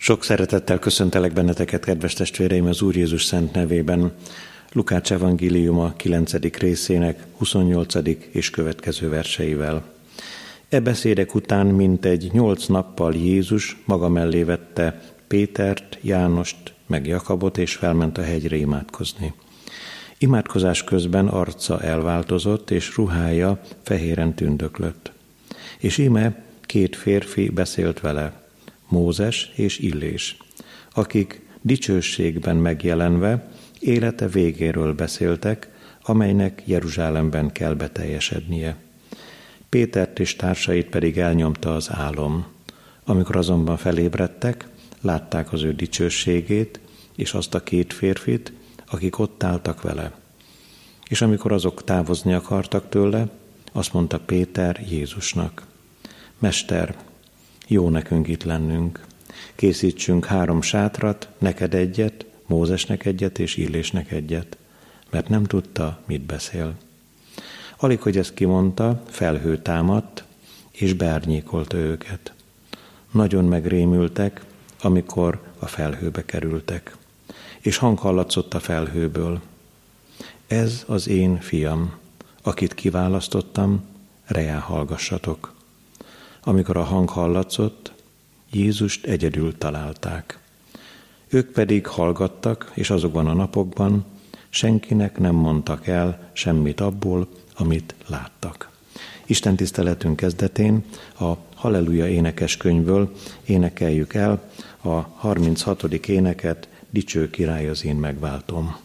Sok szeretettel köszöntelek benneteket, kedves testvéreim, az Úr Jézus szent nevében. Lukács evangéliuma 9. részének 28. és következő verseivel. E beszédek után mintegy 8 nappal Jézus maga mellé vette Pétert, Jánost, meg Jakabot, és felment a hegyre imádkozni. Imádkozás közben arca elváltozott, és ruhája fehéren tündöklött. És íme 2 férfi beszélt vele, Mózes és Illés, akik dicsőségben megjelenve élete végéről beszéltek, amelynek Jeruzsálemben kell beteljesednie. Pétert és társait pedig elnyomta az álom. Amikor azonban felébredtek, látták az ő dicsőségét, és azt a 2 férfit, akik ott álltak vele. És amikor azok távozni akartak tőle, azt mondta Péter Jézusnak: Mester, jó nekünk itt lennünk. Készítsünk 3 sátrat, neked egyet, Mózesnek egyet és Illésnek egyet, mert nem tudta, mit beszél. Alig, hogy ezt kimondta, felhő támadt, és beárnyékolta őket. Nagyon megrémültek, amikor a felhőbe kerültek, és hang hallatszott a felhőből: Ez az én fiam, akit kiválasztottam, reá hallgassatok. Amikor a hang hallatszott, Jézust egyedül találták. Ők pedig hallgattak, és azokban a napokban senkinek nem mondtak el semmit abból, amit láttak. Isten tiszteletünk kezdetén a Halleluja énekes könyvből énekeljük el a 36. éneket, Dicső király az én megváltom.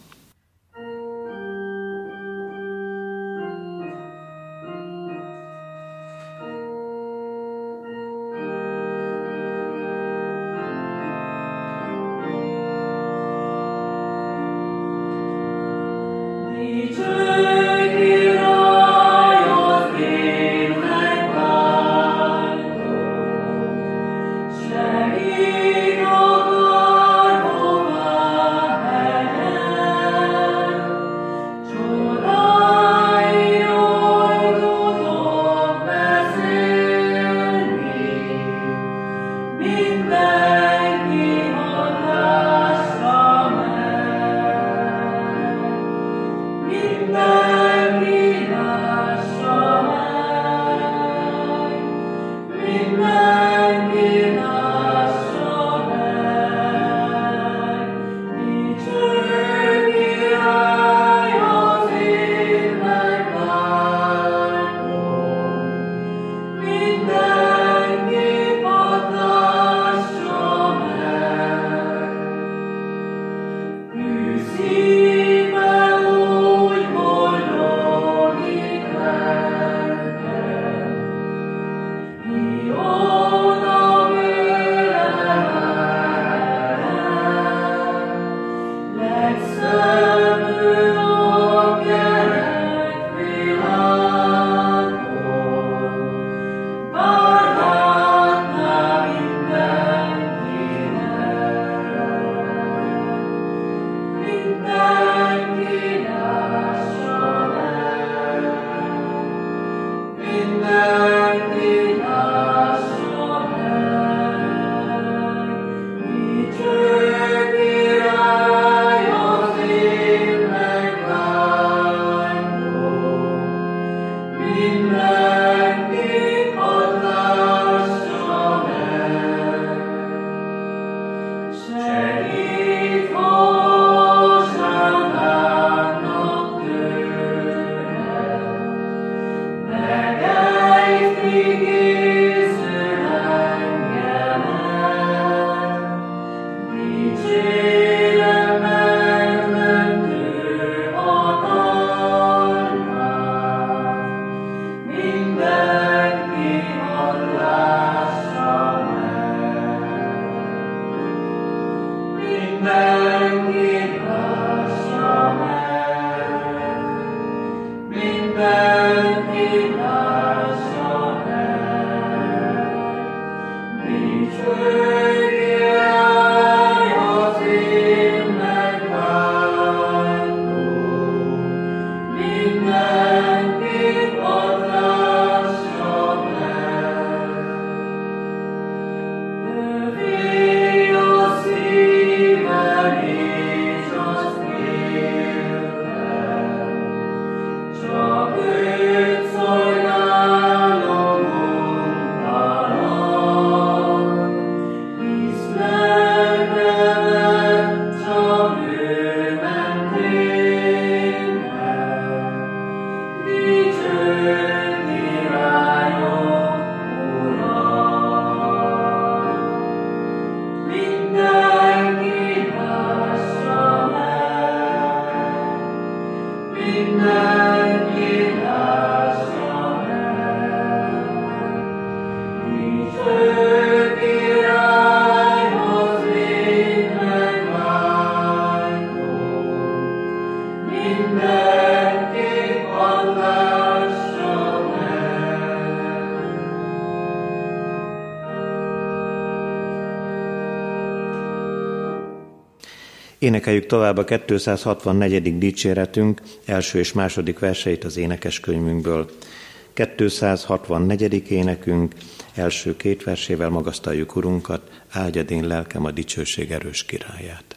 Feel Énekeljük tovább a 264. dicséretünk első és második verseit az énekeskönyvünkből. 264. énekünk első két versével magasztaljuk Urunkat, áldjad én lelkem a dicsőség erős királyát.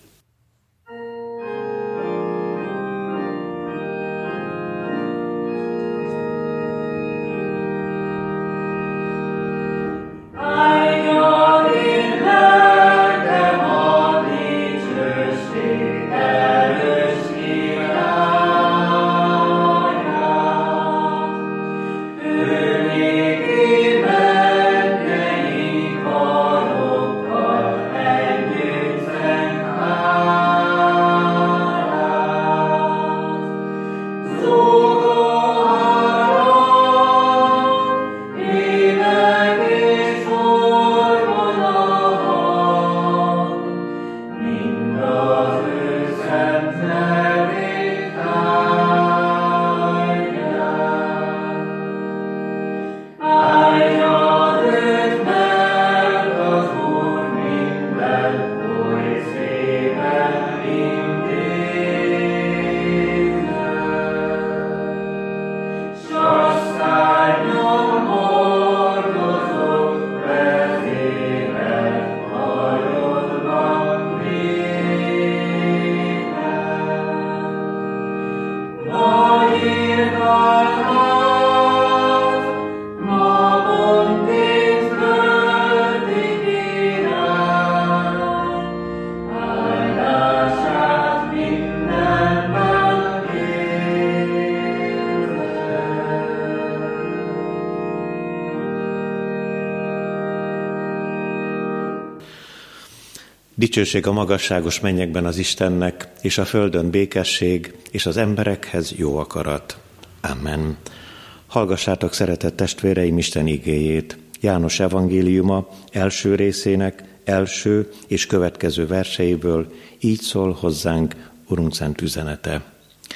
Dicsőség a magasságos mennyekben az Istennek, és a földön békesség, és az emberekhez jó akarat. Amen. Hallgassátok, szeretett testvéreim, Isten igéjét. János evangéliuma első részének első és következő verseiből így szól hozzánk Urunk szent üzenete.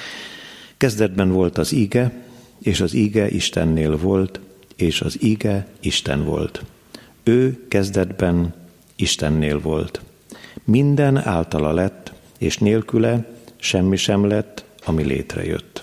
Kezdetben volt az íge, és az íge Istennél volt, és az íge Isten volt. Ő kezdetben Istennél volt. Minden általa lett, és nélküle semmi sem lett, ami létrejött.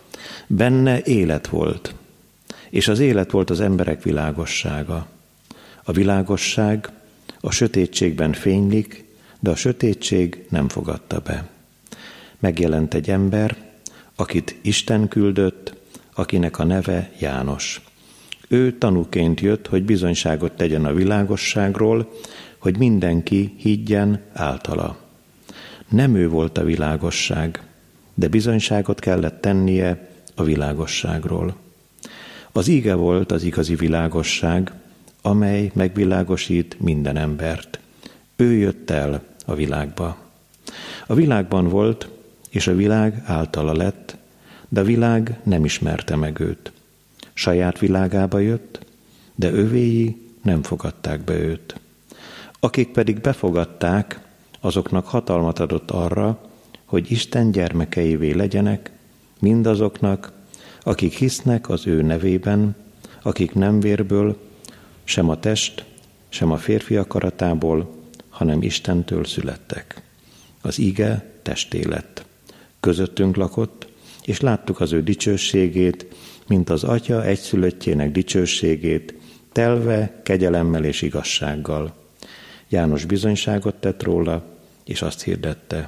Benne élet volt, és az élet volt az emberek világossága. A világosság a sötétségben fénylik, de a sötétség nem fogadta be. Megjelent egy ember, akit Isten küldött, akinek a neve János. Ő tanúként jött, hogy bizonyságot tegyen a világosságról, hogy mindenki higgyen általa. Nem ő volt a világosság, de bizonyságot kellett tennie a világosságról. Az íge volt az igazi világosság, amely megvilágosít minden embert. Ő jött el a világba. A világban volt, és a világ általa lett, de a világ nem ismerte meg őt. Saját világába jött, de övéi nem fogadták be őt. Akik pedig befogadták, azoknak hatalmat adott arra, hogy Isten gyermekeivé legyenek, mindazoknak, akik hisznek az ő nevében, akik nem vérből, sem a test, sem a férfi akaratából, hanem Istentől születtek. Az ige testé lett. Közöttünk lakott, és láttuk az ő dicsőségét, mint az Atya egyszülöttjének dicsőségét, telve kegyelemmel és igazsággal. János bizonyságot tett róla, és azt hirdette.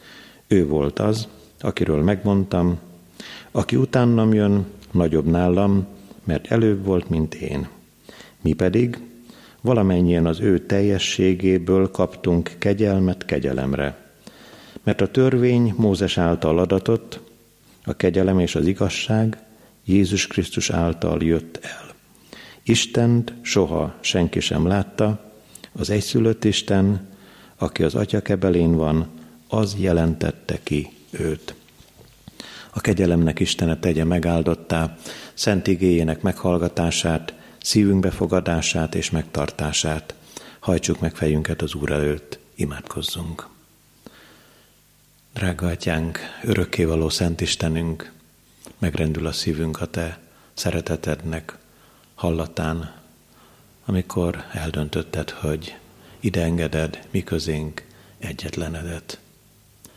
Ő volt az, akiről megmondtam, aki utánam jön, nagyobb nálam, mert előbb volt, mint én. Mi pedig valamennyien az ő teljességéből kaptunk kegyelmet kegyelemre. Mert a törvény Mózes által adatott, a kegyelem és az igazság Jézus Krisztus által jött el. Istent soha senki sem látta, az egyszülött Isten, aki az Atya kebelén van, az jelentette ki őt. A kegyelemnek Istene tegye megáldottá, szent igéjének meghallgatását, szívünk befogadását és megtartását. Hajtsuk meg fejünket az Úr előtt, imádkozzunk. Drága Atyánk, örökkévaló Szent Istenünk, megrendül a szívünk a Te szeretetednek hallatán, amikor eldöntötted, hogy ide engeded mi közénk egyetlenedet.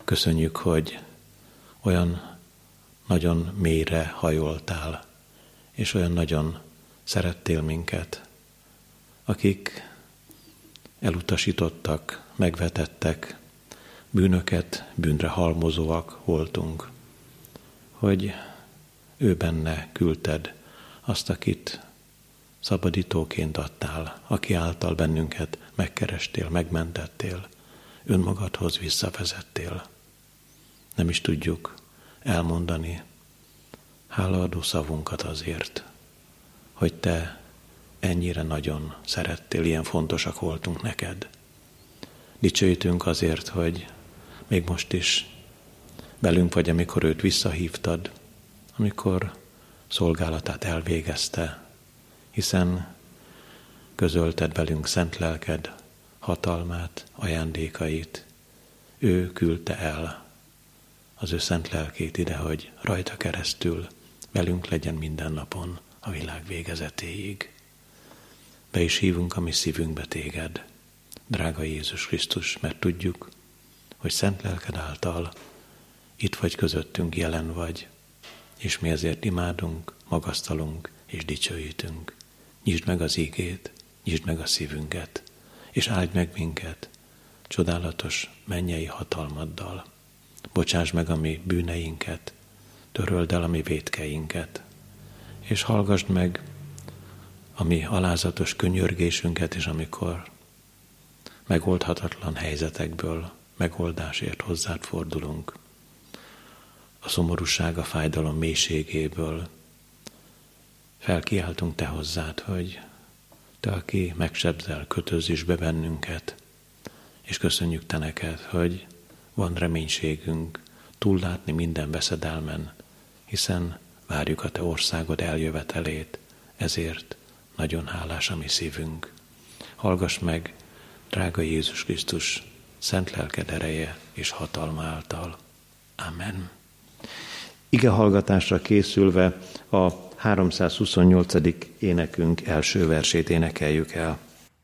Köszönjük, hogy olyan nagyon mélyre hajoltál, és olyan nagyon szerettél minket, akik elutasítottak, megvetettek, bűnöket, bűnre halmozóak voltunk, hogy ő benne küldted azt, akit szabadítóként adtál, aki által bennünket megkerestél, megmentettél, önmagadhoz visszavezettél. Nem is tudjuk elmondani hálaadó szavunkat azért, hogy te ennyire nagyon szerettél, ilyen fontosak voltunk neked. Dicsőítünk azért, hogy még most is velünk vagy, amikor őt visszahívtad, amikor szolgálatát elvégezte, hiszen közölted velünk szent lelked hatalmát, ajándékait. Ő küldte el az ő szent lelkét ide, hogy rajta keresztül velünk legyen minden napon a világ végezetéig. Be is hívunk a mi szívünkbe téged, drága Jézus Krisztus, mert tudjuk, hogy szent lelked által itt vagy közöttünk, jelen vagy, és mi ezért imádunk, magasztalunk és dicsőítünk. Nyisd meg az ígét, nyisd meg a szívünket, és áldj meg minket csodálatos mennyei hatalmaddal. Bocsáss meg a mi bűneinket, töröld el a mi vétkeinket, és hallgassd meg a mi alázatos könyörgésünket, és amikor megoldhatatlan helyzetekből megoldásért hozzád fordulunk, a szomorúság, a fájdalom mélységéből felkiáltunk te hozzád, hogy te, aki megsebzel, kötözz be bennünket, és köszönjük te neked, hogy van reménységünk túllátni minden veszedelmen, hiszen várjuk a te országod eljövetelét, ezért nagyon hálás a mi szívünk. Hallgass meg, drága Jézus Krisztus, szent lelked ereje és hatalma által. Amen. Ige hallgatásra készülve a 328. énekünk első versét énekeljük el.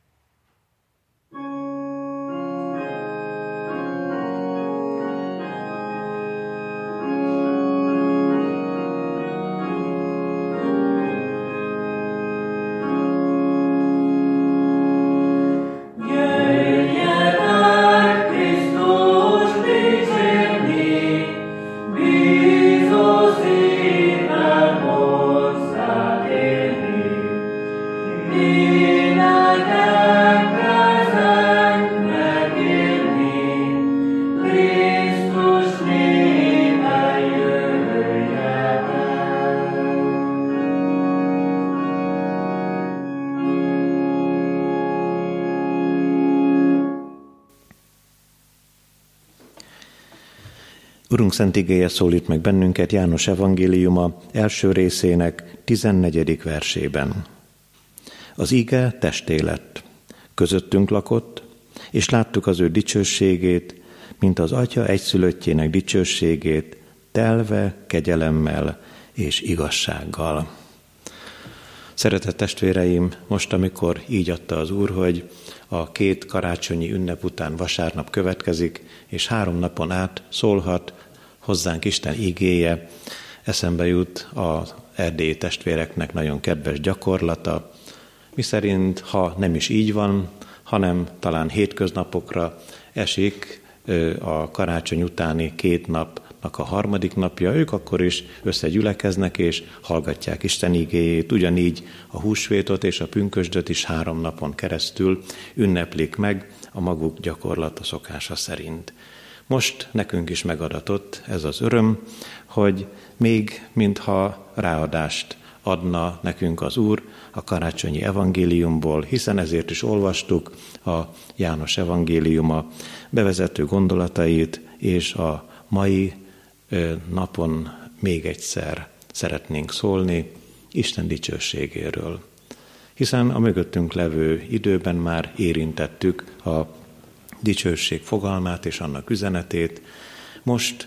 Urunk szent igéje szólít meg bennünket János evangéliuma első részének 14. versében. Az ige testé lett, közöttünk lakott, és láttuk az ő dicsőségét, mint az Atya egyszülöttjének dicsőségét, telve kegyelemmel és igazsággal. Szeretett testvéreim, most, amikor így adta az Úr, hogy a 2 karácsonyi ünnep után vasárnap következik, és 3 napon át szólhat hozzánk Isten igéje, eszembe jut az erdélyi testvéreknek nagyon kedves gyakorlata, miszerint, ha nem is így van, hanem talán hétköznapokra esik a karácsony utáni 2 napnak a 3. napja, ők akkor is összegyülekeznek és hallgatják Isten igéjét, ugyanígy a húsvétot és a pünkösdöt is 3 napon keresztül ünneplik meg a maguk gyakorlata szokása szerint. Most nekünk is megadatott ez az öröm, hogy még mintha ráadást adna nekünk az Úr a karácsonyi evangéliumból, hiszen ezért is olvastuk a János evangéliuma bevezető gondolatait, és a mai napon még egyszer szeretnénk szólni Isten dicsőségéről. Hiszen a mögöttünk levő időben már érintettük a dicsőség fogalmát és annak üzenetét. Most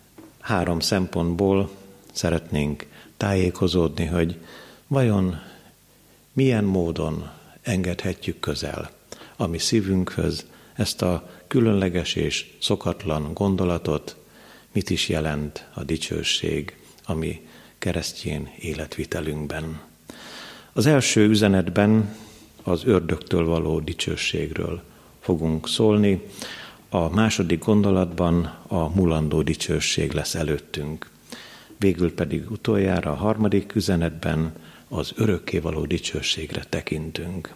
3 szempontból szeretnénk tájékozódni, hogy vajon milyen módon engedhetjük közel a mi szívünkhöz ezt a különleges és szokatlan gondolatot, mit is jelent a dicsőség a mi keresztény életvitelünkben. Az első üzenetben az ördögtől való dicsőségről fogunk szólni, a második gondolatban a mulandó dicsőség lesz előttünk. Végül pedig utoljára a harmadik üzenetben az örökkévaló dicsőségre tekintünk.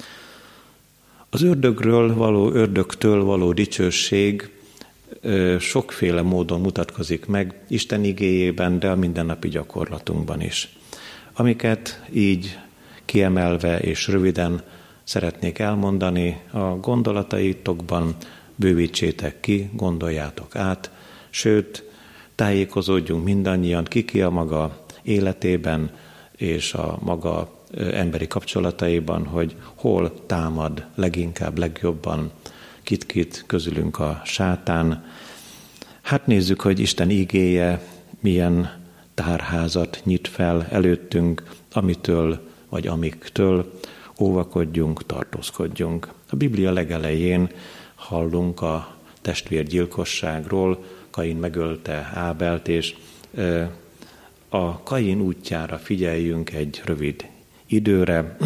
Az ördögtől való dicsőség sokféle módon mutatkozik meg Isten igéjében, de a mindennapi gyakorlatunkban is. Amiket így kiemelve és röviden szeretnék elmondani, a gondolataitokban bővítsétek ki, gondoljátok át, sőt, tájékozódjunk mindannyian, ki a maga életében és a maga emberi kapcsolataiban, hogy hol támad leginkább, legjobban, kit-kit közülünk a sátán. Hát nézzük, hogy Isten igéje milyen tárházat nyit fel előttünk, amitől vagy amiktől óvakodjunk, tartózkodjunk. A Biblia legelején hallunk a testvérgyilkosságról, Kain megölte Ábelt, és a Kain útjára figyeljünk egy rövid időre.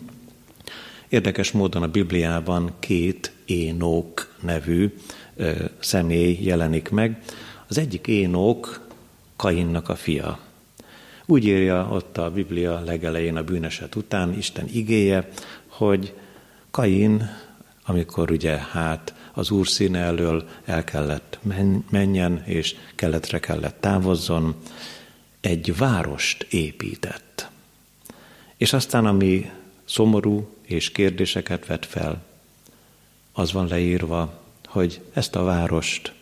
Érdekes módon a Bibliában 2 Énok nevű személy jelenik meg. Az egyik Énok Kainnak a fia. Úgy írja ott a Biblia legelején a bűneset után Isten igéje, hogy Kain, amikor ugye az Úr színe elől el kellett menjen, és keletre kellett távozzon, egy várost épített. És aztán, ami szomorú és kérdéseket vet fel, az van leírva, hogy ezt a várost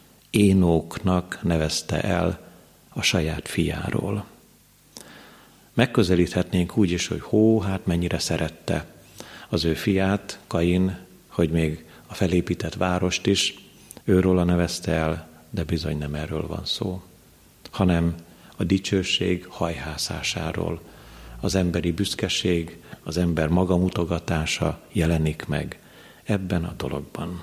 Énoknak nevezte el a saját fiáról. Megközelíthetnénk úgy is, hogy hát mennyire szerette az ő fiát, Kain, hogy még a felépített várost is őróla nevezte el, de bizony nem erről van szó, hanem a dicsőség hajhászásáról. Az emberi büszkeség, az ember magamutogatása jelenik meg ebben a dologban.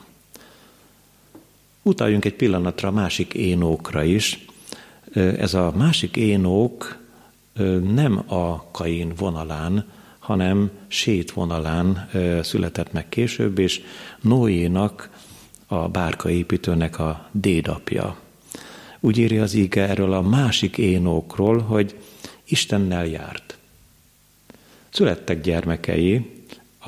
Utaljunk egy pillanatra a másik Énokra is. Ez a másik Énok nem a Kain vonalán, hanem Sét vonalán született meg később, és Noénak, a bárkaépítőnek a dédapja. Úgy írja az ige erről a másik Énokról, hogy Istennel járt. Születtek gyermekei,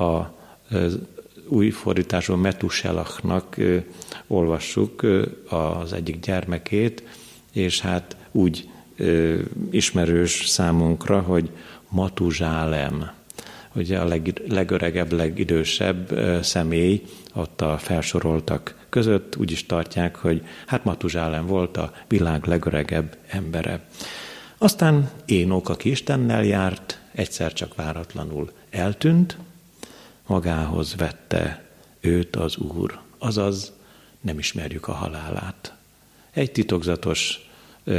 az új fordításban Metuselachnak olvassuk az egyik gyermekét, és hát úgy ismerős számunkra, hogy Matuzsálem, ugye a legöregebb, legidősebb személy ott a felsoroltak között, úgy is tartják, hogy hát Matuzsálem volt a világ legöregebb embere. Aztán Énok, aki Istennel járt, egyszer csak váratlanul eltűnt, magához vette őt az Úr, azaz nem ismerjük a halálát. Egy titokzatos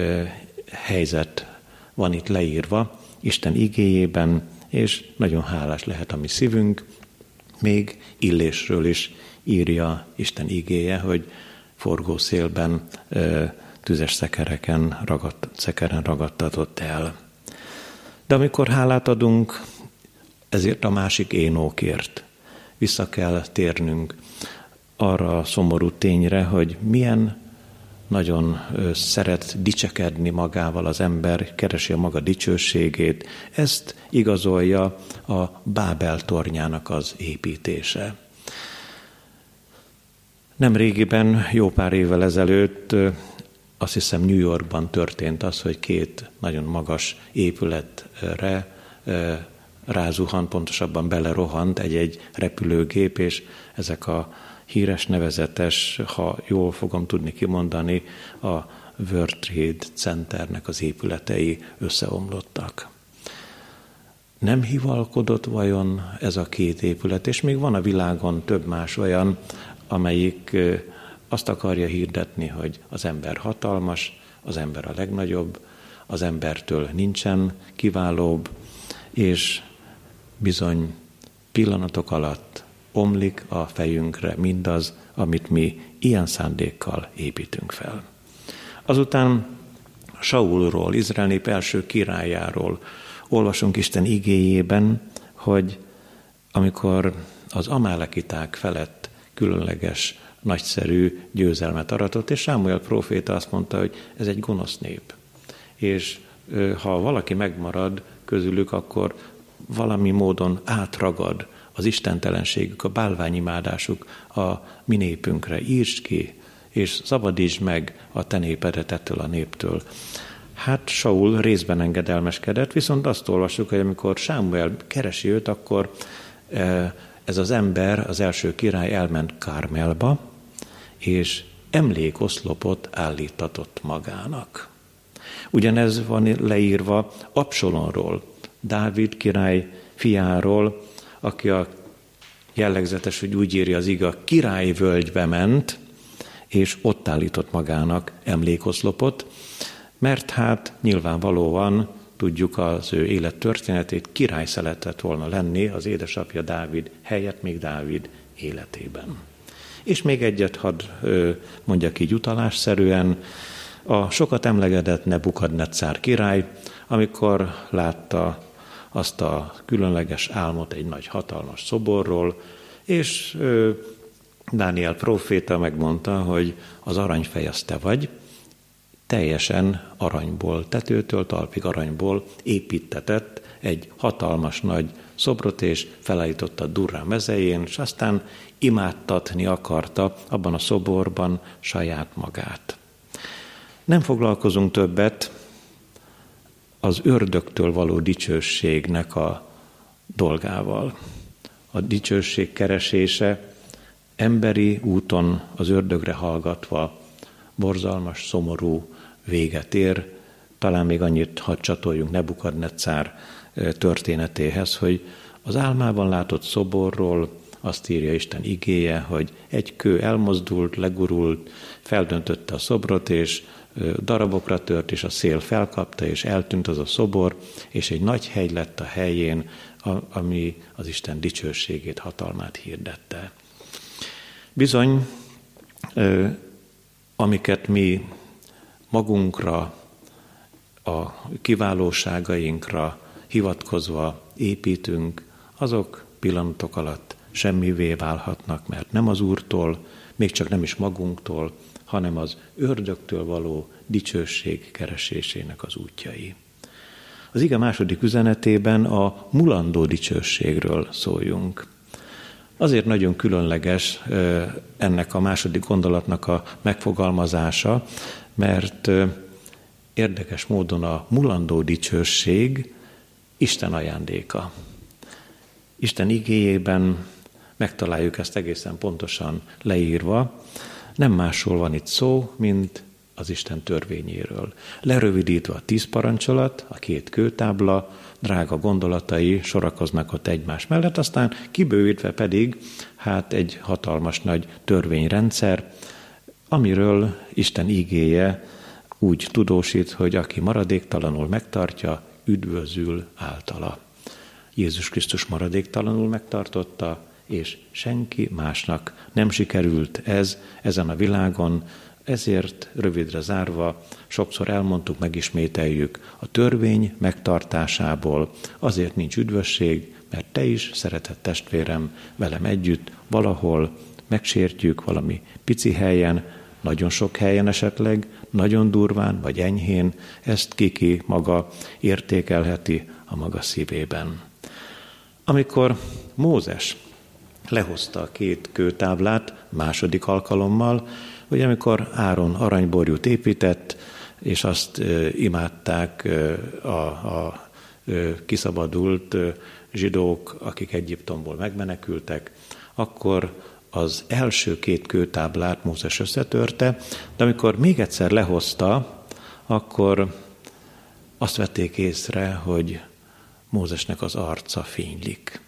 helyzet van itt leírva Isten igéjében, és nagyon hálás lehet a mi szívünk. Még Illésről is írja Isten igéje, hogy forgószélben tüzes szekeren ragadtatott el. De amikor hálát adunk ezért a másik Énokért, vissza kell térnünk arra a szomorú tényre, hogy milyen nagyon szeret dicsekedni magával az ember, keresi a maga dicsőségét. Ezt igazolja a Bábel tornyának az építése. Nemrégiben, jó pár évvel ezelőtt, azt hiszem New Yorkban történt az, hogy 2 nagyon magas épületre rázuhant, pontosabban belerohant egy repülőgép, és ezek a híres, nevezetes, ha jól fogom tudni kimondani, a World Trade Centernek az épületei összeomlottak. Nem hivalkodott vajon ez a 2 épület, és még van a világon több más olyan, amelyik azt akarja hirdetni, hogy az ember hatalmas, az ember a legnagyobb, az embertől nincsen kiválóbb, és bizony pillanatok alatt omlik a fejünkre mindaz, amit mi ilyen szándékkal építünk fel. Azután Saulról, Izrael nép első királyáról olvasunk Isten igéjében, hogy amikor az amálekiták felett különleges, nagyszerű győzelmet aratott, és Sámuel próféta azt mondta, hogy ez egy gonosz nép. És ha valaki megmarad közülük, akkor valami módon átragad az istentelenségük, a bálványimádásuk a mi népünkre. Írtsd ki, és szabadítsd meg a te népedet ettől a néptől. Hát Saul részben engedelmeskedett, viszont azt olvassuk, hogy amikor Sámuel keresi őt, akkor ez az ember, az első király elment Kármelba, és emlékoszlopot állítatott magának. Ugyanez van leírva Absalomról, Dávid király fiáról, aki a jellegzetes, hogy úgy írja az ige, a királyvölgybe ment, és ott állított magának emlékoszlopot, mert hát nyilvánvalóan tudjuk az ő élettörténetét, király szeretett volna lenni az édesapja Dávid helyett még Dávid életében. És még egyet hadd mondjak így utalásszerűen, a sokat emlegetett Nebukadnetszár király, amikor látta azt a különleges álmot egy nagy hatalmas szoborról, és Dániel próféta megmondta, hogy az aranyfej az te vagy, teljesen aranyból, tetőtől talpig aranyból építtetett egy hatalmas nagy szobrot, és felállította Durrán mezején, és aztán imádtatni akarta abban a szoborban saját magát. Nem foglalkozunk többet az ördögtől való dicsőségnek a dolgával. A dicsőség keresése emberi úton az ördögre hallgatva borzalmas, szomorú véget ér. Talán még annyit hadd csatoljunk Nebukadnetszár történetéhez, hogy az álmában látott szoborról azt írja Isten igéje, hogy egy kő elmozdult, legurult, feldöntötte a szobrot, és darabokra tört, és a szél felkapta, és eltűnt az a szobor, és egy nagy hegy lett a helyén, ami az Isten dicsőségét, hatalmát hirdette. Bizony, amiket mi magunkra, a kiválóságainkra hivatkozva építünk, azok pillanatok alatt semmivé válhatnak, mert nem az Úrtól, még csak nem is magunktól, hanem az ördögtől való dicsőség keresésének az útjai. Az ige második üzenetében a mulandó dicsőségről szóljunk. Azért nagyon különleges ennek a második gondolatnak a megfogalmazása, mert érdekes módon a mulandó dicsőség Isten ajándéka. Isten igéjében megtaláljuk ezt egészen pontosan leírva. Nem másról van itt szó, mint az Isten törvényéről. Lerövidítve a 10 parancsolat, a 2 kőtábla, drága gondolatai sorakoznak ott egymás mellett, aztán kibővítve pedig egy hatalmas nagy törvényrendszer, amiről Isten igéje úgy tudósít, hogy aki maradéktalanul megtartja, üdvözül általa. Jézus Krisztus maradéktalanul megtartotta, és senki másnak nem sikerült ez ezen a világon, ezért rövidre zárva sokszor elmondtuk, megismételjük, a törvény megtartásából azért nincs üdvösség, mert te is, szeretett testvérem, velem együtt valahol megsértjük valami pici helyen, nagyon sok helyen esetleg, nagyon durván vagy enyhén, ezt ki maga értékelheti a maga szívében. Amikor Mózes lehozta a 2 kőtáblát második alkalommal, hogy amikor Áron aranyborjút épített, és azt imádták a kiszabadult zsidók, akik Egyiptomból megmenekültek, akkor az első 2 kőtáblát Mózes összetörte, de amikor még egyszer lehozta, akkor azt vették észre, hogy Mózesnek az arca fénylik.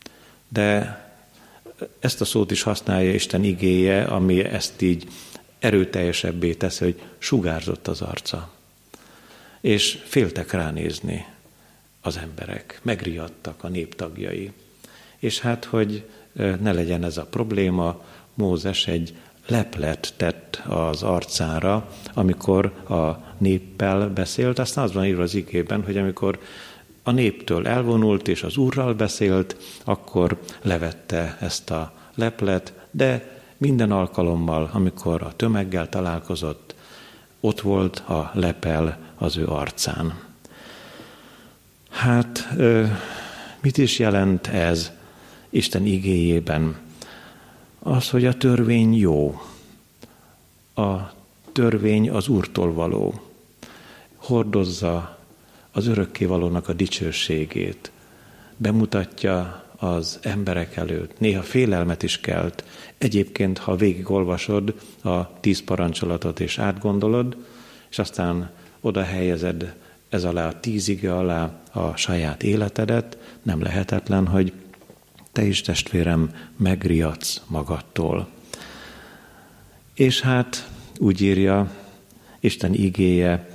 De ezt a szót is használja Isten igéje, ami ezt így erőteljesebbé teszi, hogy sugárzott az arca. És féltek ránézni az emberek, megriadtak a néptagjai. És hogy ne legyen ez a probléma, Mózes egy leplet tett az arcára, amikor a néppel beszélt. Aztán az van írva az igében, hogy amikor a néptől elvonult és az Úrral beszélt, akkor levette ezt a leplet, de minden alkalommal, amikor a tömeggel találkozott, ott volt a lepel az ő arcán. Hát mit is jelent ez Isten igéjében? Az, hogy a törvény jó. A törvény az Úrtól való. Hordozza az örökkévalónak a dicsőségét. Bemutatja az emberek előtt. Néha félelmet is kelt. Egyébként, ha végigolvasod a 10 parancsolatot és átgondolod, és aztán oda helyezed ez alá a 10 ige alá a saját életedet, nem lehetetlen, hogy te is, testvérem, megriadsz magadtól. És hát úgy írja Isten igéje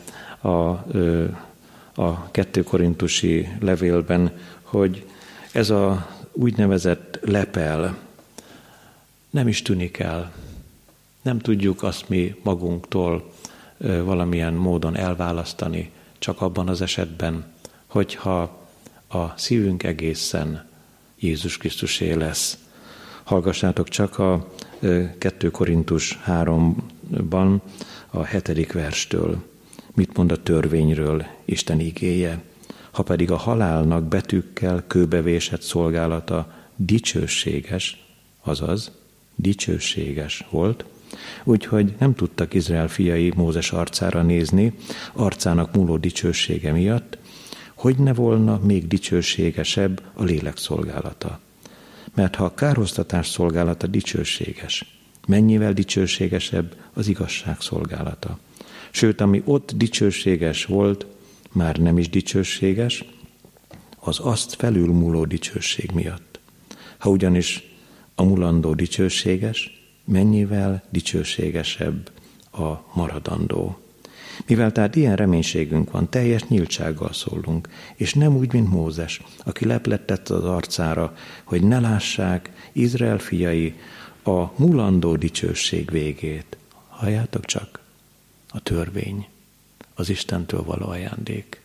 a 2 korintusi levélben, hogy ez a úgynevezett lepel nem is tűnik el. Nem tudjuk azt mi magunktól valamilyen módon elválasztani, csak abban az esetben, hogyha a szívünk egészen Jézus Krisztusé lesz. Hallgassátok csak a 2 Korintus 3-ban a 7. verstől. Mit mond a törvényről Isten igéje? Ha pedig a halálnak betűkkel kőbevésett szolgálata dicsőséges, azaz dicsőséges volt, úgyhogy nem tudtak Izrael fiai Mózes arcára nézni, arcának múló dicsősége miatt, hogy ne volna még dicsőségesebb a lélek szolgálata. Mert ha a károsztatás szolgálata dicsőséges, mennyivel dicsőségesebb az igazság szolgálata. Sőt, ami ott dicsőséges volt, már nem is dicsőséges, az azt felülmúló dicsőség miatt. Ha ugyanis a mulandó dicsőséges, mennyivel dicsőségesebb a maradandó. Mivel tehát ilyen reménységünk van, teljes nyíltsággal szólunk, és nem úgy, mint Mózes, aki leplet tett az arcára, hogy ne lássák Izrael fiai a mulandó dicsőség végét. Halljátok csak, a törvény, az Istentől való ajándék,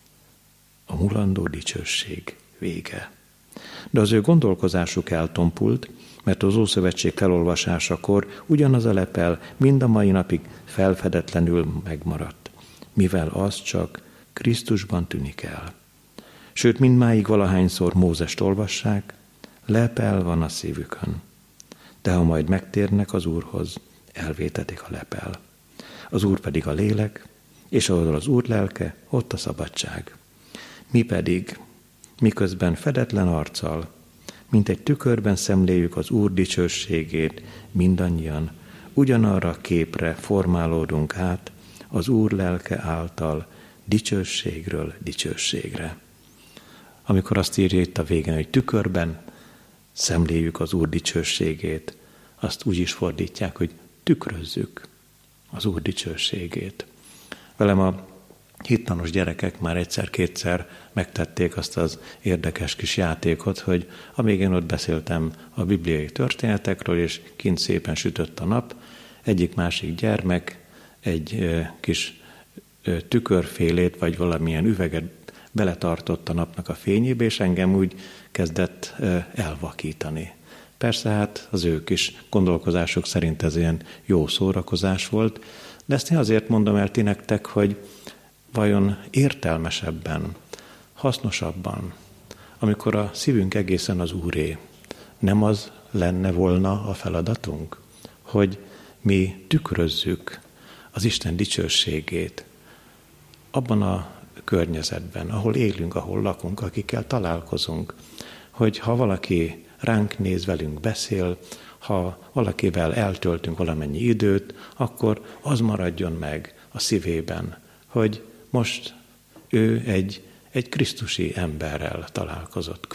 a mulandó dicsőség vége. De az ő gondolkozásuk eltompult, mert az Ószövetség felolvasásakor ugyanaz a lepel mind a mai napig felfedetlenül megmaradt, mivel az csak Krisztusban tűnik el. Sőt, mindmáig valahányszor Mózest olvassák, lepel van a szívükön. De ha majd megtérnek az Úrhoz, elvétetik a lepel. Az Úr pedig a lélek, és ahol az Úr lelke, ott a szabadság. Mi pedig, miközben fedetlen arccal, mint egy tükörben szemléljük az Úr dicsőségét, mindannyian ugyanarra a képre formálódunk át az Úr lelke által dicsőségről dicsőségre. Amikor azt írja itt a végén, hogy tükörben szemléljük az Úr dicsőségét, azt úgy is fordítják, hogy tükrözzük az Úr dicsőségét. Velem a hittanos gyerekek már egyszer-kétszer megtették azt az érdekes kis játékot, hogy amíg én ott beszéltem a bibliai történetekről, és kint szépen sütött a nap, egyik-másik gyermek egy kis tükörfélét, vagy valamilyen üveget beletartott a napnak a fényébe, és engem úgy kezdett elvakítani. Persze hát az ő kis gondolkozások szerint ez ilyen jó szórakozás volt, de ezt én azért mondom el ti nektek, hogy vajon értelmesebben, hasznosabban, amikor a szívünk egészen az Úré, nem az lenne volna a feladatunk, hogy mi tükrözzük az Isten dicsőségét abban a környezetben, ahol élünk, ahol lakunk, akikkel találkozunk, hogy ha valaki ránk néz, velünk beszél, ha valakivel eltöltünk valamennyi időt, akkor az maradjon meg a szívében, hogy most ő egy krisztusi emberrel találkozott.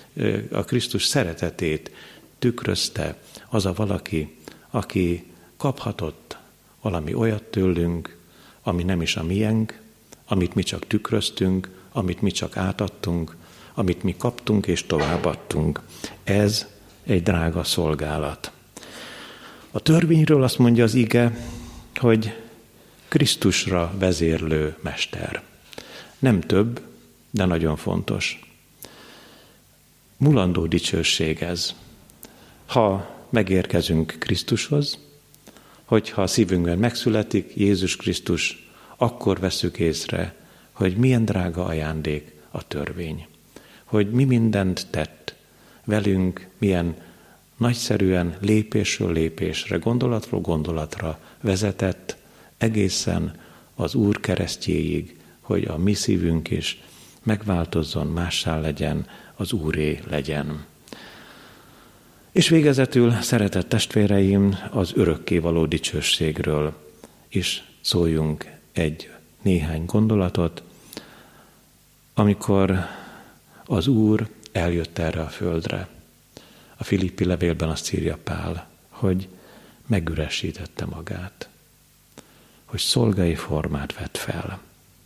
A Krisztus szeretetét tükrözte az a valaki, aki kaphatott valami olyat tőlünk, ami nem is a miénk, amit mi csak tükröztünk, amit mi csak átadtunk, amit mi kaptunk és továbbadtunk. Ez egy drága szolgálat. A törvényről azt mondja az ige, hogy Krisztusra vezérlő mester. Nem több, de nagyon fontos. Mulandó dicsőség ez. Ha megérkezünk Krisztushoz, hogyha a szívünkben megszületik Jézus Krisztus, akkor vesszük észre, hogy milyen drága ajándék a törvény. Hogy mi mindent tett velünk, milyen nagyszerűen lépésről lépésre, gondolatról gondolatra vezetett egészen az Úr keresztjéig, hogy a mi szívünk is megváltozzon, mássá legyen, az Úré legyen. És végezetül, szeretett testvéreim, az örökkévaló dicsőségről is szóljunk néhány gondolatot, amikor az Úr eljött erre a földre. A Filippi levélben azt írja Pál, hogy megüresítette magát, hogy szolgai formát vett fel.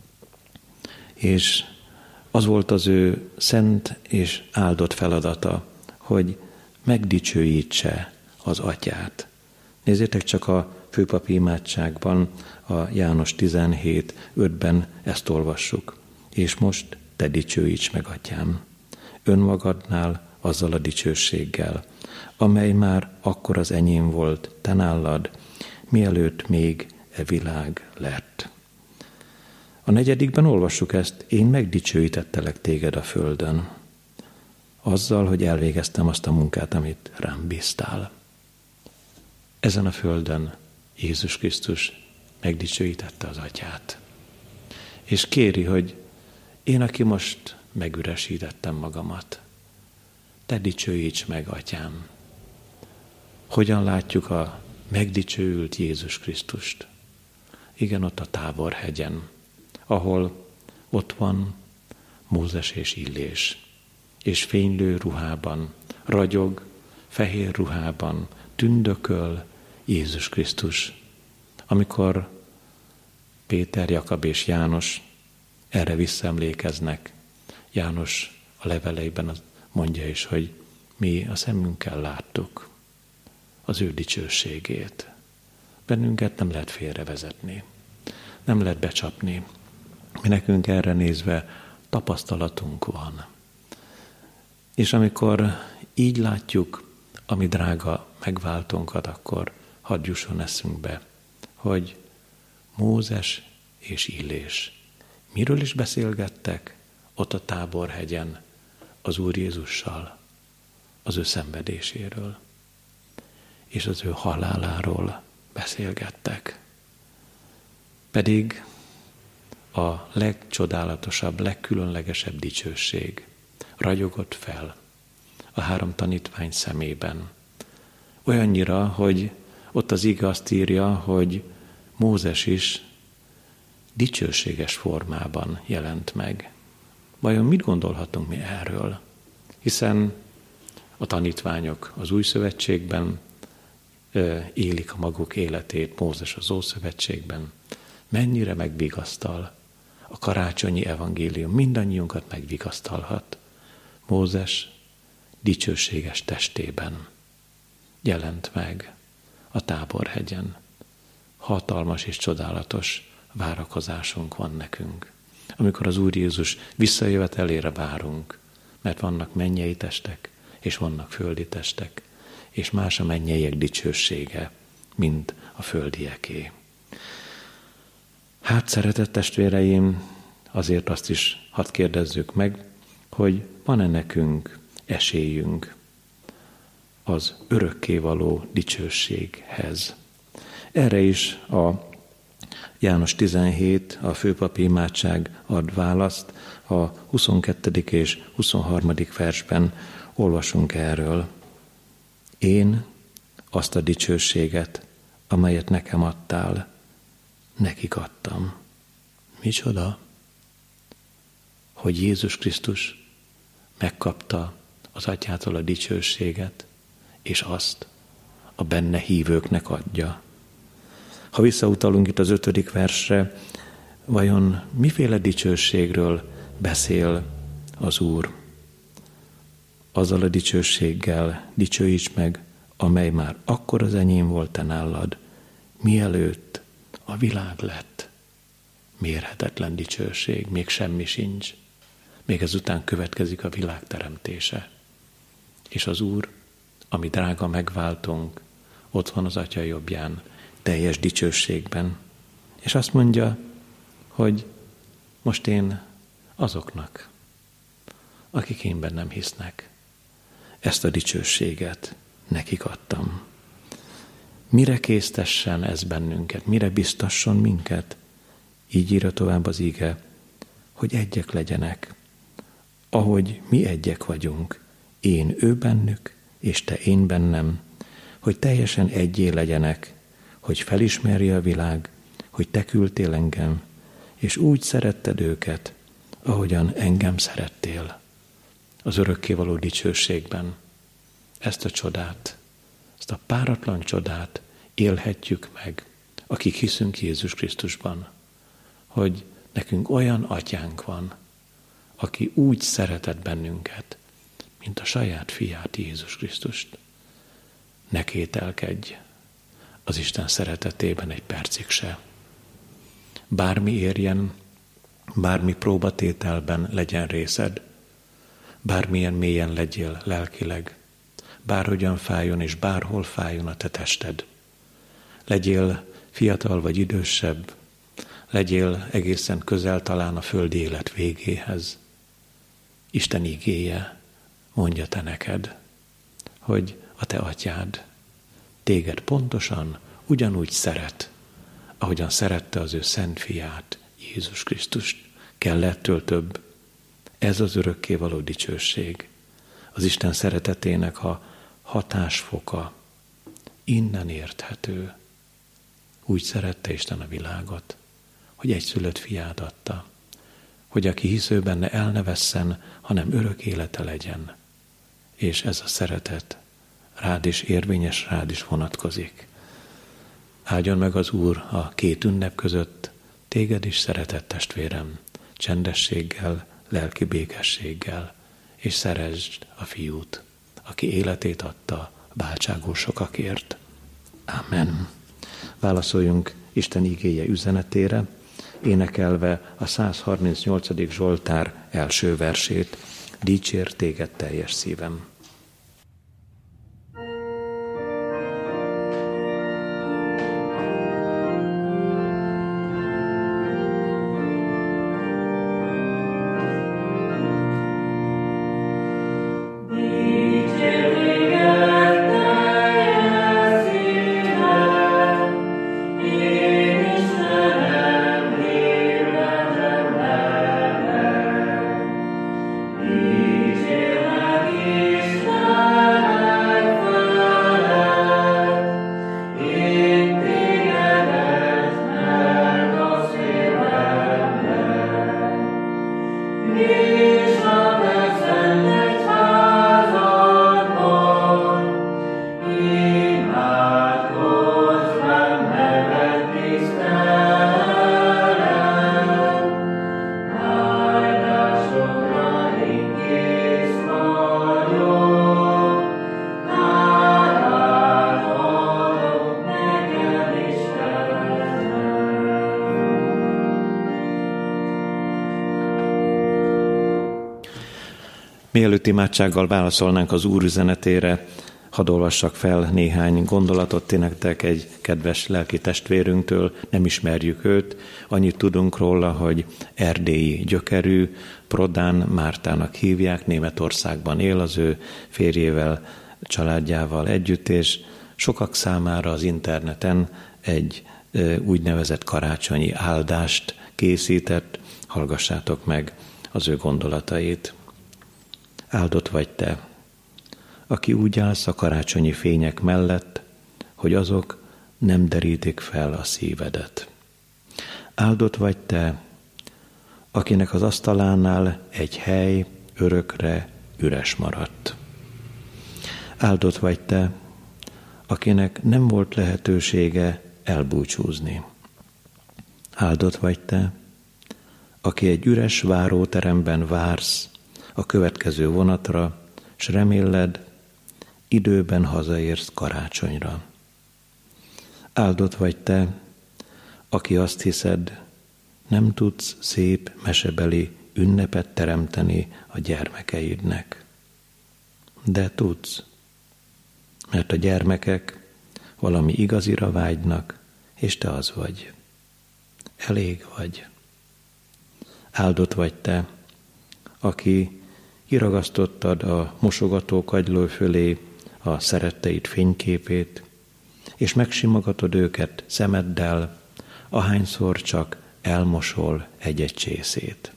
És az volt az ő szent és áldott feladata, hogy megdicsőítse az Atyát. Nézzétek csak a főpapi imádságban, a János 17:5-ben ezt olvassuk. És most te dicsőíts meg, Atyám, önmagadnál azzal a dicsőséggel, amely már akkor az enyém volt, te nálad, mielőtt még e világ lett. A 4. olvassuk ezt, én megdicsőítettelek téged a földön, azzal, hogy elvégeztem azt a munkát, amit rám bíztál. Ezen a földön Jézus Krisztus megdicsőítette az Atyát. És kéri, hogy én, aki most megüresítettem magamat, te dicsőíts meg, Atyám. Hogyan látjuk a megdicsőült Jézus Krisztust? Igen, ott a Táborhegyen, ahol ott van Mózes és Illés, és fénylő ruhában, ragyog, fehér ruhában, tündököl Jézus Krisztus. Amikor Péter, Jakab és János erre visszaemlékeznek, János a leveleiben mondja is, hogy mi a szemünkkel láttuk az ő dicsőségét. Bennünket nem lehet félrevezetni, nem lehet becsapni. Mi nekünk erre nézve tapasztalatunk van. És amikor így látjuk a mi drága megváltónkat, akkor hadd jusson eszünkbe, hogy Mózes és Illés miről is beszélgettek ott a Táborhegyen az Úr Jézussal, az ő szenvedéséről, és az ő haláláról beszélgettek. Pedig a legcsodálatosabb, legkülönlegesebb dicsőség ragyogott fel a 3 tanítvány szemében. Olyannyira, hogy ott az ige azt írja, hogy Mózes is dicsőséges formában jelent meg. Vajon mit gondolhatunk mi erről? Hiszen a tanítványok az Új Szövetségben élik a maguk életét, Mózes az Ószövetségben. Mennyire megvigasztal a karácsonyi evangélium, mindannyiunkat megvigasztalhat. Mózes dicsőséges testében jelent meg a Táborhegyen. Hatalmas és csodálatos várakozásunk van nekünk, amikor az Úr Jézus visszajövetelére várunk, mert vannak mennyei testek, és vannak földi testek, és más a mennyeiek dicsősége, mint a földieké. Hát, szeretett testvéreim, azért azt is hadd kérdezzük meg, hogy van-e nekünk esélyünk az örökkévaló dicsőséghez. Erre is a János 17, a főpapi imádság ad választ, a 22. és 23. versben olvasunk erről. Én azt a dicsőséget, amelyet nekem adtál, nekik adtam. Micsoda? Hogy Jézus Krisztus megkapta az Atyától a dicsőséget, és azt a benne hívőknek adja. Ha visszautalunk itt az 5. versre, vajon miféle dicsőségről beszél az Úr? azzal a dicsőséggel dicsőíts meg, amely már akkor az enyém volt te nálad, mielőtt a világ lett. Mérhetetlen dicsőség, még semmi sincs. Még ezután következik a világ teremtése. És az Úr, ami drága megváltunk, ott van az Atya jobbján, teljes dicsőségben. És azt mondja, hogy most én azoknak, akik én bennem hisznek, ezt a dicsőséget nekik adtam. Mire késztessen ez bennünket, mire biztasson minket? Így írja tovább az ige, hogy egyek legyenek, ahogy mi egyek vagyunk, én ő bennük, és te én bennem, hogy teljesen egyé legyenek, hogy felismerje a világ, hogy te küldtél engem, és úgy szeretted őket, ahogyan engem szerettél. Az örökkévaló dicsőségben ezt a csodát, ezt a páratlan csodát élhetjük meg, akik hiszünk Jézus Krisztusban, hogy nekünk olyan atyánk van, aki úgy szeretett bennünket, mint a saját fiát, Jézus Krisztust. Ne kételkedj az Isten szeretetében egy percig se. Bármi érjen, bármi próbatételben legyen részed, bármilyen mélyen legyél lelkileg, bárhogyan fájjon és bárhol fájjon a te tested. Legyél fiatal vagy idősebb, legyél egészen közel talán a földi élet végéhez. Isten igéje mondja te neked, hogy a te atyád téged pontosan ugyanúgy szeret, ahogyan szerette az ő szent fiát, Jézus Krisztust. Kell ettől több. Ez az örökkévaló dicsőség. Az Isten szeretetének a hatásfoka innen érthető. Úgy szerette Isten a világot, hogy egyszülött fiát adta, hogy aki hisző benne el ne vesszen, hanem örök élete legyen. És ez a szeretet rád is érvényes, rád is vonatkozik. Áldjon meg az Úr a két ünnep között téged is, szeretett testvérem, csendességgel, lelki békességgel, és szeresd a fiút, aki életét adta váltságos sokakért. Amen. Válaszoljunk Isten igéje üzenetére, énekelve a 138. Zsoltár első versét. Dicsér téged teljes szívem. Mielőtt imádsággal válaszolnánk az Úr üzenetére, hadd olvassak fel néhány gondolatot nektek egy kedves lelki testvérünktől, nem ismerjük őt, annyit tudunk róla, hogy erdélyi gyökerű, Prodán Mártának hívják, Németországban él az ő férjével, családjával együtt, és sokak számára az interneten egy úgynevezett karácsonyi áldást készített, hallgassátok meg az ő gondolatait. Áldott vagy te, aki úgy állsz a karácsonyi fények mellett, hogy azok nem derítik fel a szívedet. Áldott vagy te, akinek az asztalánál egy hely örökre üres maradt. Áldott vagy te, akinek nem volt lehetősége elbúcsúzni. Áldott vagy te, aki egy üres váróteremben vársz a következő vonatra, s reméled, időben hazaérsz karácsonyra. Áldott vagy te, aki azt hiszed, nem tudsz szép mesebeli ünnepet teremteni a gyermekeidnek. De tudsz, mert a gyermekek valami igazira vágynak, és te az vagy. Elég vagy. Áldott vagy te, aki kiragasztottad a mosogató kagyló fölé a szeretteid fényképét, és megsimogatod őket szemeddel, ahányszor csak elmosol egy-egy csészét.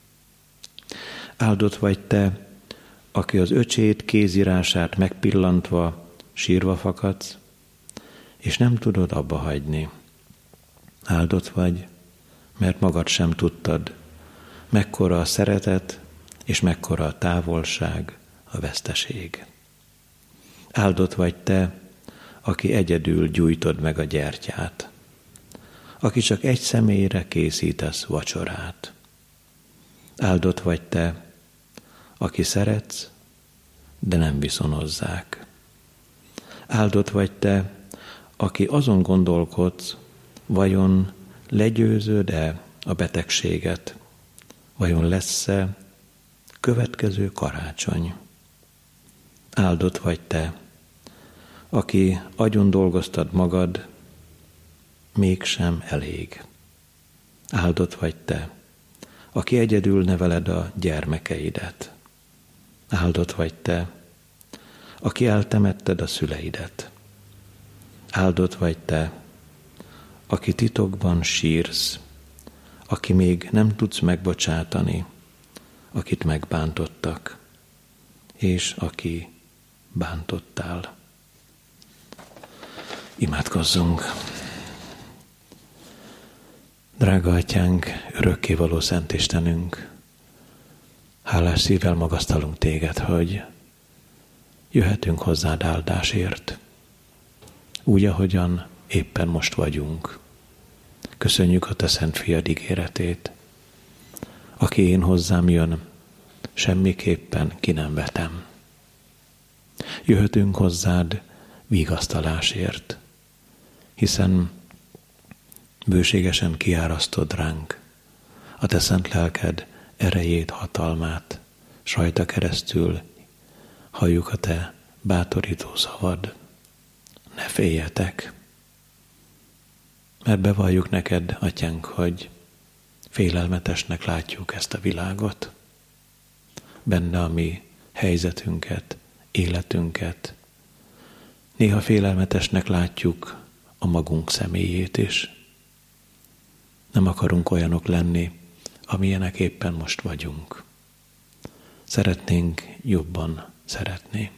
Áldott vagy te, aki az öcséd kézírását megpillantva sírva fakadsz, és nem tudod abba hagyni. Áldott vagy, mert magad sem tudtad, mekkora a szeretet, és mekkora a távolság, a veszteség. Áldott vagy te, aki egyedül gyújtod meg a gyertyát, aki csak egy személyre készítesz vacsorát. Áldott vagy te, aki szeretsz, de nem viszonozzák. Áldott vagy te, aki azon gondolkodsz, vajon legyőzöd-e a betegséget, vajon lesz-e következő karácsony. Áldott vagy te, aki agyon dolgoztad magad, mégsem elég. Áldott vagy te, aki egyedül neveled a gyermekeidet. Áldott vagy te, aki eltemetted a szüleidet. Áldott vagy te, aki titokban sírsz, aki még nem tudsz megbocsátani, akit megbántottak, és aki bántottál. Imádkozzunk! Drága Atyánk, örökkévaló Szent Istenünk, hálás szívvel magasztalunk Téged, hogy jöhetünk hozzád áldásért, úgy, ahogyan éppen most vagyunk. Köszönjük a Te Szent Fiad ígéretét. Aki én hozzám jön, semmiképpen ki nem vetem. Jöhetünk hozzád vigasztalásért, hiszen bőségesen kiárasztod ránk a Te szent lelked erejét, hatalmát, s rajta keresztül halljuk a Te bátorító szavad. Ne féljetek, mert bevalljuk neked, Atyánk, hogy félelmetesnek látjuk ezt a világot, benne a mi helyzetünket, életünket. Néha félelmetesnek látjuk a magunk személyét is. Nem akarunk olyanok lenni, amilyenek éppen most vagyunk. Szeretnénk jobban szeretni.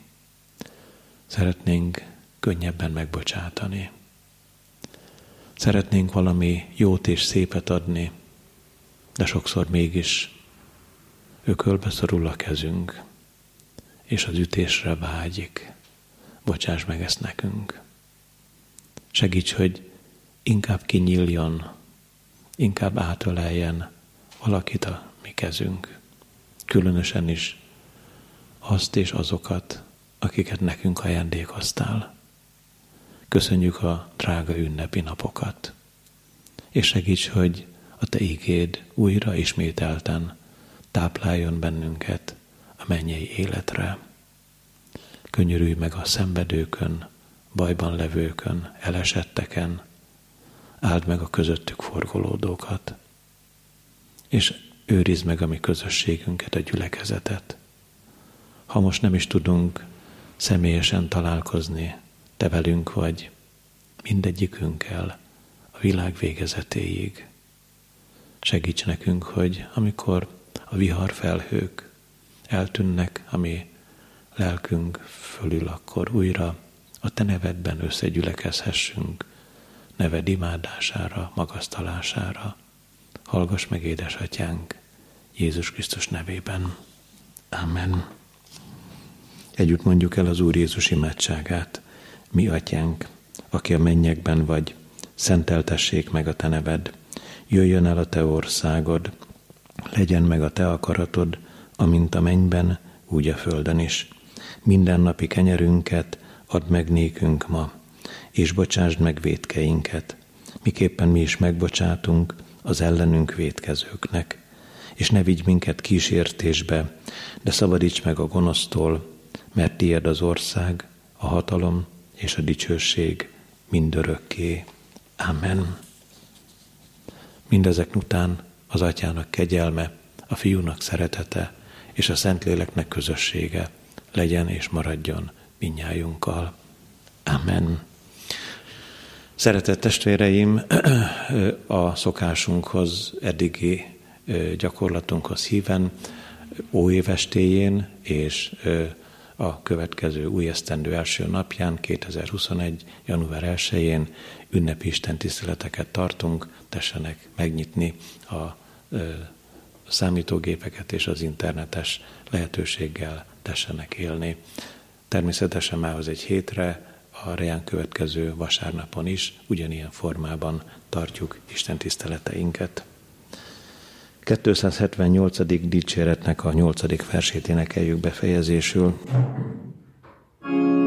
Szeretnénk könnyebben megbocsátani. Szeretnénk valami jót és szépet adni, de sokszor mégis ökölbe szorul a kezünk, és az ütésre vágyik. Bocsáss meg ezt nekünk. Segíts, hogy inkább kinyíljon, inkább átöleljen valakit a mi kezünk. Különösen is azt és azokat, akiket nekünk ajándékoztál. Köszönjük a drága ünnepi napokat, és segíts, hogy a Te igéd újra ismételten tápláljon bennünket a mennyei életre. Könyörülj meg a szenvedőkön, bajban levőkön, elesetteken, áld meg a közöttük forgolódókat, és őrizd meg a mi közösségünket, a gyülekezetet. Ha most nem is tudunk személyesen találkozni, Te velünk vagy, mindegyikünkkel a világ végezetéig. Segíts nekünk, hogy amikor a viharfelhők eltűnnek a mi lelkünk fölül, akkor újra a Te nevedben összegyülekezhessünk, neved imádására, magasztalására. Hallgass meg, édesatyánk, Jézus Krisztus nevében. Amen. Együtt mondjuk el az Úr Jézus imádságát. Mi atyánk, aki a mennyekben vagy, szenteltessék meg a Te neved. Jöjjön el a Te országod, legyen meg a Te akaratod, amint a mennyben, úgy a földön is. Mindennapi kenyerünket add meg nékünk ma, és bocsásd meg vétkeinket, miképpen mi is megbocsátunk az ellenünk vétkezőknek. És ne vigy minket kísértésbe, de szabadíts meg a gonosztól, mert tiéd az ország, a hatalom és a dicsőség mindörökké. Amen. Mindezek után az Atyának kegyelme, a Fiúnak szeretete és a Szentléleknek közössége legyen és maradjon mindnyájunkkal. Amen. Szeretett testvéreim, a szokásunkhoz, eddigi gyakorlatunkhoz híven óévestéjén és a következő új esztendő első napján, 2021. január 1-én ünnepi istentiszteleteket tartunk, tessenek megnyitni a számítógépeket és az internetes lehetőséggel tessenek élni. Természetesen mához egy hétre, a reján következő vasárnapon is ugyanilyen formában tartjuk istentiszteleteinket. 278. dicséretnek a 8. versét énekeljük befejezésül.